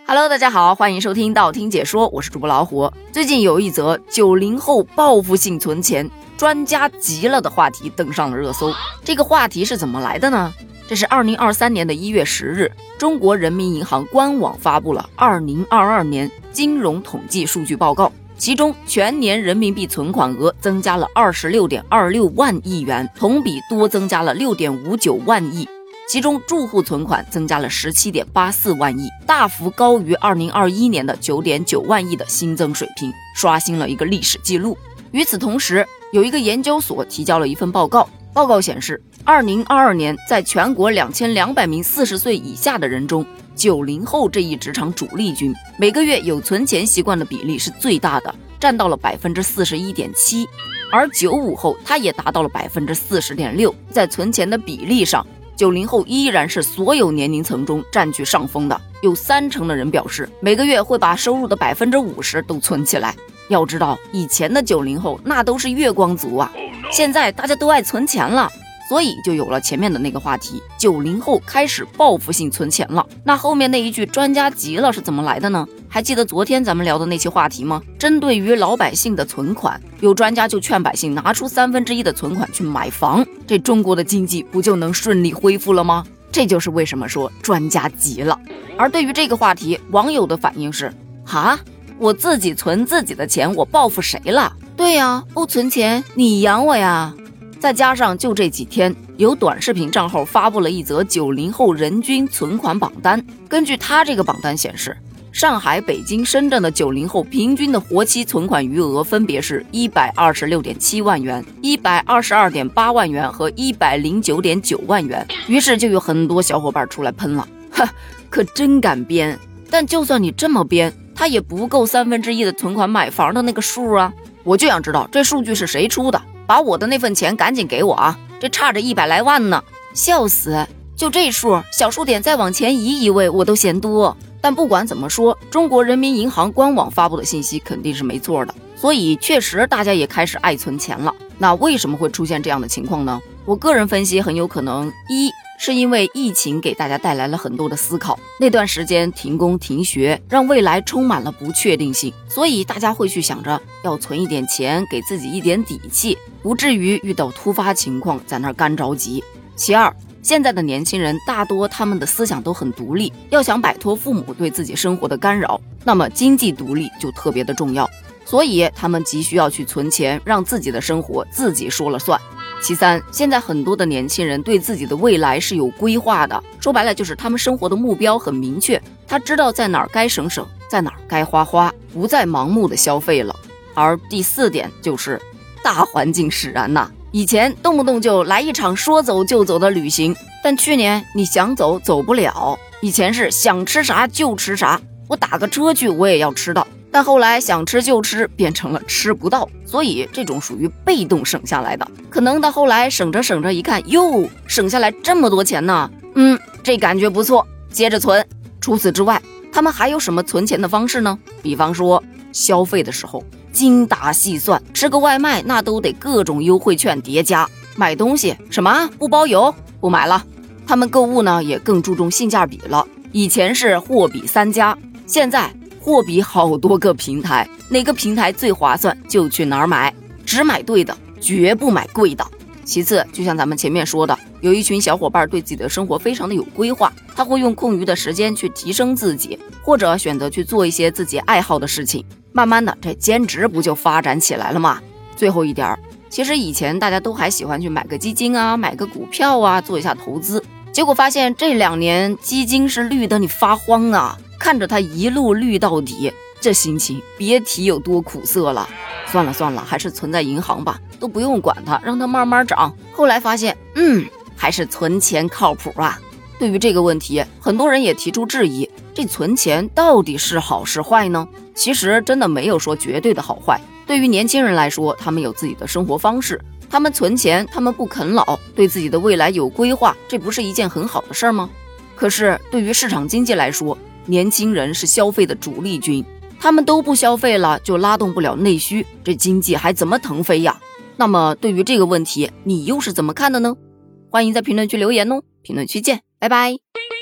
Hello， 大家好，欢迎收听道听解说，我是主播老虎。最近有一则90后报复性存钱，专家急了的话题登上了热搜。这个话题是怎么来的呢？这是2023年的1月10日，中国人民银行官网发布了2022年金融统计数据报告，其中全年人民币存款额增加了 26.26 万亿元，同比多增加了 6.59 万亿。其中住户存款增加了 17.84 万亿，大幅高于2021年的 9.9 万亿的新增水平，刷新了一个历史记录。与此同时，有一个研究所提交了一份报告，报告显示2022年在全国2200名40岁以下的人中，90后这一职场主力军每个月有存钱习惯的比例是最大的，占到了 41.7%， 而95后它也达到了 40.6%， 在存钱的比例上90后依然是所有年龄层中占据上风的，有30%的人表示每个月会把收入的 50% 都存起来。要知道以前的90后那都是月光族啊，现在大家都爱存钱了，所以就有了前面的那个话题，90后开始报复性存钱了。那后面那一句专家急了是怎么来的呢？还记得昨天咱们聊的那期话题吗？针对于老百姓的存款，有专家就劝百姓拿出1/3的存款去买房，这中国的经济不就能顺利恢复了吗？这就是为什么说专家急了。而对于这个话题，网友的反应是：哈，我自己存自己的钱，我报复谁了？对呀，不存钱你养我呀。再加上就这几天，有短视频账号发布了一则90后人均存款榜单。根据他这个榜单显示，上海、北京、深圳的90后平均的活期存款余额分别是 126.7 万元、122.8 万元和 109.9 万元。于是就有很多小伙伴出来喷了，可真敢编。但就算你这么编，它也不够1/3的存款买房的那个数啊。我就想知道这数据是谁出的，把我的那份钱赶紧给我啊，这差着100来万呢，笑死。就这数，小数点再往前移一位我都嫌多。但不管怎么说，中国人民银行官网发布的信息肯定是没错的，所以确实大家也开始爱存钱了。那为什么会出现这样的情况呢？我个人分析很有可能，一是因为疫情给大家带来了很多的思考，那段时间停工停学，让未来充满了不确定性，所以大家会去想着要存一点钱，给自己一点底气，不至于遇到突发情况在那儿干着急。其二，现在的年轻人大多他们的思想都很独立，要想摆脱父母对自己生活的干扰，那么经济独立就特别的重要，所以他们急需要去存钱，让自己的生活自己说了算。其三，现在很多的年轻人对自己的未来是有规划的，说白了就是他们生活的目标很明确，他知道在哪儿该省省，在哪儿该花花，不再盲目的消费了。而第四点就是大环境使然呐，以前动不动就来一场说走就走的旅行，但去年你想走走不了。以前是想吃啥就吃啥，我打个车去我也要吃到，但后来想吃就吃变成了吃不到，所以这种属于被动省下来的。可能到后来省着省着一看，哟，省下来这么多钱呢，这感觉不错，接着存。除此之外，他们还有什么存钱的方式呢？比方说消费的时候精打细算，吃个外卖那都得各种优惠券叠加，买东西什么不包邮不买了。他们购物呢也更注重性价比了，以前是货比3家，现在货比好多个平台，哪个平台最划算就去哪儿买，只买对的，绝不买贵的。其次，就像咱们前面说的，有一群小伙伴对自己的生活非常的有规划，他会用空余的时间去提升自己，或者选择去做一些自己爱好的事情，慢慢的这兼职不就发展起来了吗？最后一点，其实以前大家都还喜欢去买个基金啊，买个股票啊，做一下投资，结果发现这2年基金是绿的你发慌啊，看着它一路绿到底，这心情别提有多苦涩了。算了，还是存在银行吧，都不用管它，让它慢慢涨。后来发现还是存钱靠谱啊。对于这个问题，很多人也提出质疑，这存钱到底是好是坏呢？其实真的没有说绝对的好坏。对于年轻人来说，他们有自己的生活方式，他们存钱，他们不啃老，对自己的未来有规划，这不是一件很好的事吗？可是对于市场经济来说，年轻人是消费的主力军，他们都不消费了，就拉动不了内需，这经济还怎么腾飞呀？那么对于这个问题，你又是怎么看的呢？欢迎在评论区留言哦，评论区见，拜拜。